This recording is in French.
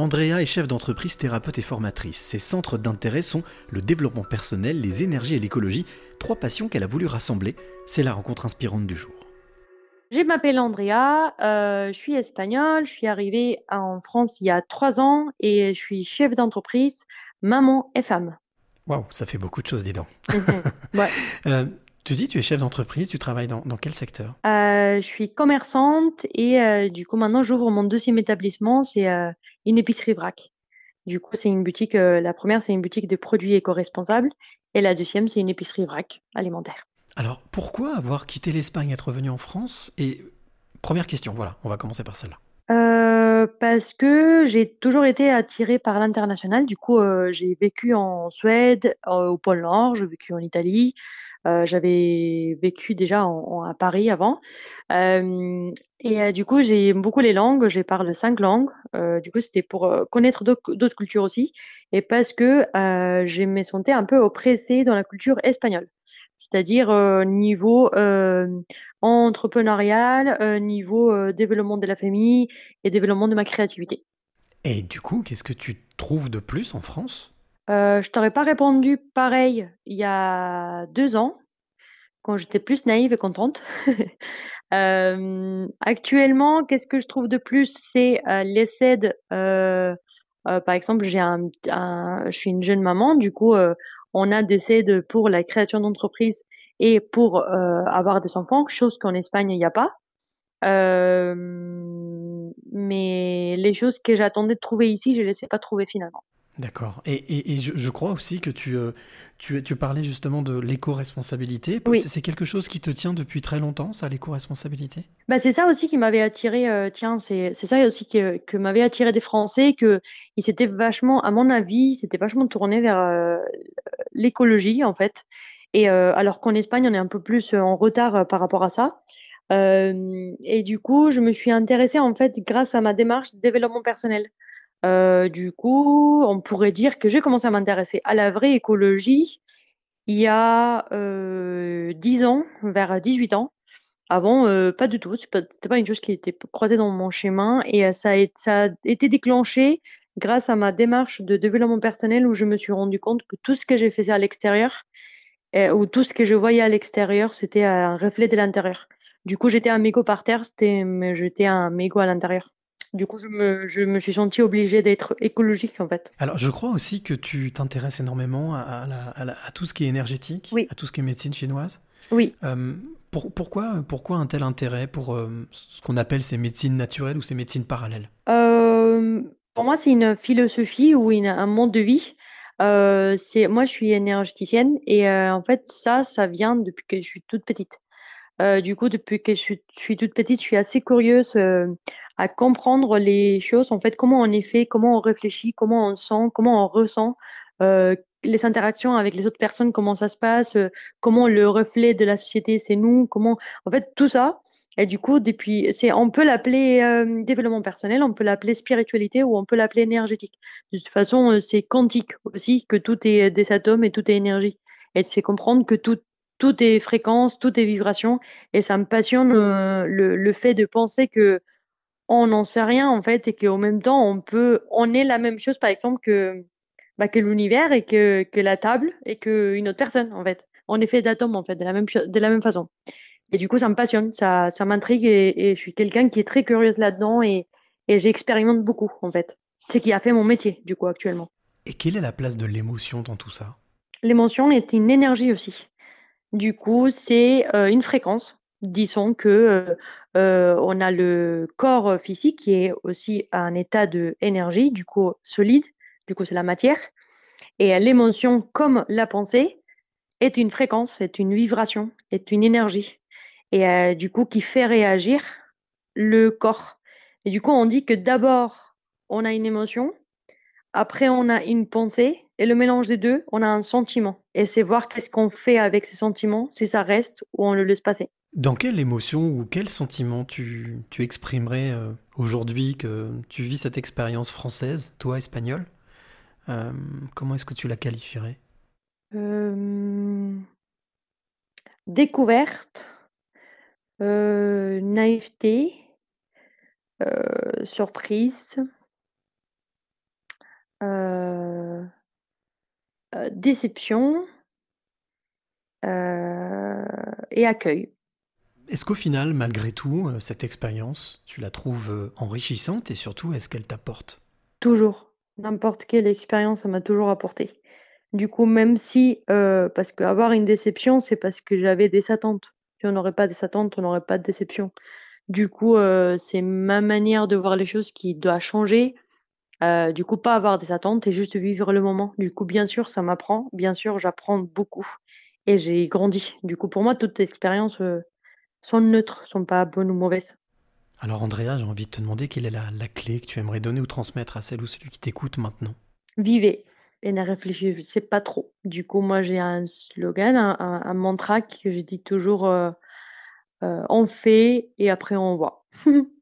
Andrea est chef d'entreprise, thérapeute et formatrice. Ses centres d'intérêt sont le développement personnel, les énergies et l'écologie, trois passions qu'elle a voulu rassembler. C'est la rencontre inspirante du jour. Je m'appelle Andrea, je suis espagnole, je suis arrivée en France il y a 3 ans et je suis chef d'entreprise, maman et femme. Waouh, ça fait beaucoup de choses, dis donc. Mhm. Ouais. Euh, tu dis, tu es chef d'entreprise, tu travailles dans quel secteur? Je suis commerçante et du coup maintenant j'ouvre mon deuxième établissement, c'est une épicerie vrac. Du coup c'est une boutique, la première c'est une boutique de produits éco-responsables et la deuxième c'est une épicerie vrac alimentaire. Alors, pourquoi avoir quitté l'Espagne et être revenu en France? Et première question, voilà, on va commencer par celle-là. Parce que j'ai toujours été attirée par l'international. Du coup, j'ai vécu en Suède, au pôle Nord, j'ai vécu en Italie. J'avais vécu déjà à Paris avant. Du coup, j'aime beaucoup les langues. Je parle 5 langues. Du coup, c'était pour connaître d'autres cultures aussi. Et parce que je me sentais un peu oppressée dans la culture espagnole. C'est-à-dire niveau entrepreneurial, niveau développement de la famille et développement de ma créativité. Et du coup, qu'est-ce que tu trouves de plus en France? Je t'aurais pas répondu pareil il y a 2 ans, quand j'étais plus naïve et contente. Actuellement, qu'est-ce que je trouve de plus? C'est les aides. Par exemple, je suis une jeune maman, du coup, on a des aides pour la création d'entreprise et pour avoir des enfants, chose qu'en Espagne, il n'y a pas. Mais les choses que j'attendais de trouver ici, je ne les ai pas trouvées finalement. D'accord. Et je crois aussi que tu parlais justement de l'éco-responsabilité. Oui, C'est quelque chose qui te tient depuis très longtemps, ça, l'éco-responsabilité? bah, c'est ça aussi qui m'avait attiré. Tiens, c'est ça aussi que m'avait attiré des Français, que ils s'étaient vachement, à mon avis, c'était vachement tourné vers l'écologie en fait. Et alors qu'en Espagne, on est un peu plus en retard par rapport à ça. Et du coup, je me suis intéressée en fait grâce à ma démarche de développement personnel. Du coup, on pourrait dire que j'ai commencé à m'intéresser à la vraie écologie il y a 10 ans, vers 18 ans. Avant, pas du tout. C'était pas une chose qui était croisée dans mon chemin et ça a été déclenché grâce à ma démarche de développement personnel où je me suis rendu compte que tout ce que je faisais à l'extérieur ou tout ce que je voyais à l'extérieur, c'était un reflet de l'intérieur. Du coup, j'étais un mégot par terre, mais j'étais un mégot à l'intérieur. Du coup, je me suis sentie obligée d'être écologique en fait. Alors, je crois aussi que tu t'intéresses énormément à tout ce qui est énergétique, Oui, à tout ce qui est médecine chinoise. oui. Euh, pourquoi un tel intérêt pour ce qu'on appelle ces médecines naturelles ou ces médecines parallèles? Pour moi, c'est une philosophie ou un mode de vie. Moi, je suis énergéticienne et en fait, ça vient depuis que je suis toute petite. Du coup, depuis que je suis toute petite, je suis assez curieuse à comprendre les choses. En fait, comment on est fait, comment on réfléchit, comment on sent, comment on ressent, les interactions avec les autres personnes, comment ça se passe, comment le reflet de la société, c'est nous, comment, en fait, tout ça. Et du coup, on peut l'appeler développement personnel, on peut l'appeler spiritualité ou on peut l'appeler énergétique. De toute façon, c'est quantique aussi, que tout est des atomes et tout est énergie. Et c'est comprendre que tout est fréquence, tout est vibration. Et ça me passionne le fait de penser que on n'en sait rien en fait et qu'au même temps on est la même chose par exemple que l'univers et que la table et qu'une autre personne en fait. On est fait d'atomes en fait de la même façon. Et du coup ça me passionne, ça m'intrigue et je suis quelqu'un qui est très curieuse là-dedans et j'expérimente beaucoup en fait. C'est ce qui a fait mon métier du coup actuellement. Et quelle est la place de l'émotion dans tout ça? L'émotion est une énergie aussi. Du coup, c'est une fréquence. Disons que on a le corps physique qui est aussi un état de énergie, du coup solide, du coup c'est la matière. Et l'émotion, comme la pensée, est une fréquence, est une vibration, est une énergie. Et du coup qui fait réagir le corps. Et du coup, on dit que d'abord on a une émotion, après, on a une pensée et le mélange des deux, on a un sentiment. Et c'est voir qu'est-ce qu'on fait avec ces sentiments, si ça reste ou on le laisse passer. Dans quelle émotion ou quel sentiment tu exprimerais aujourd'hui que tu vis cette expérience française, toi espagnol? Euh, comment est-ce que tu la qualifierais? Euh, Découverte, naïveté, surprise, Euh, Déception euh, et accueil. Est-ce qu'au final, malgré tout, cette expérience, tu la trouves enrichissante et surtout, est-ce qu'elle t'apporte? Toujours. N'importe quelle expérience, ça m'a toujours apporté. Du coup, même si, parce qu'avoir une déception, c'est parce que j'avais des attentes. Si on n'aurait pas des attentes, on n'aurait pas de déception. Du coup, c'est ma manière de voir les choses qui doit changer. Du coup, pas avoir des attentes et juste vivre le moment. Du coup, bien sûr, ça m'apprend. Bien sûr, j'apprends beaucoup. Et j'ai grandi. Du coup, pour moi, toutes les expériences sont neutres, sont pas bonnes ou mauvaises. Alors Andrea, j'ai envie de te demander quelle est la clé que tu aimerais donner ou transmettre à celle ou celui qui t'écoute maintenant. Vivez et ne réfléchissez pas trop. Du coup, moi, j'ai un slogan, un mantra que je dis toujours on fait et après on voit.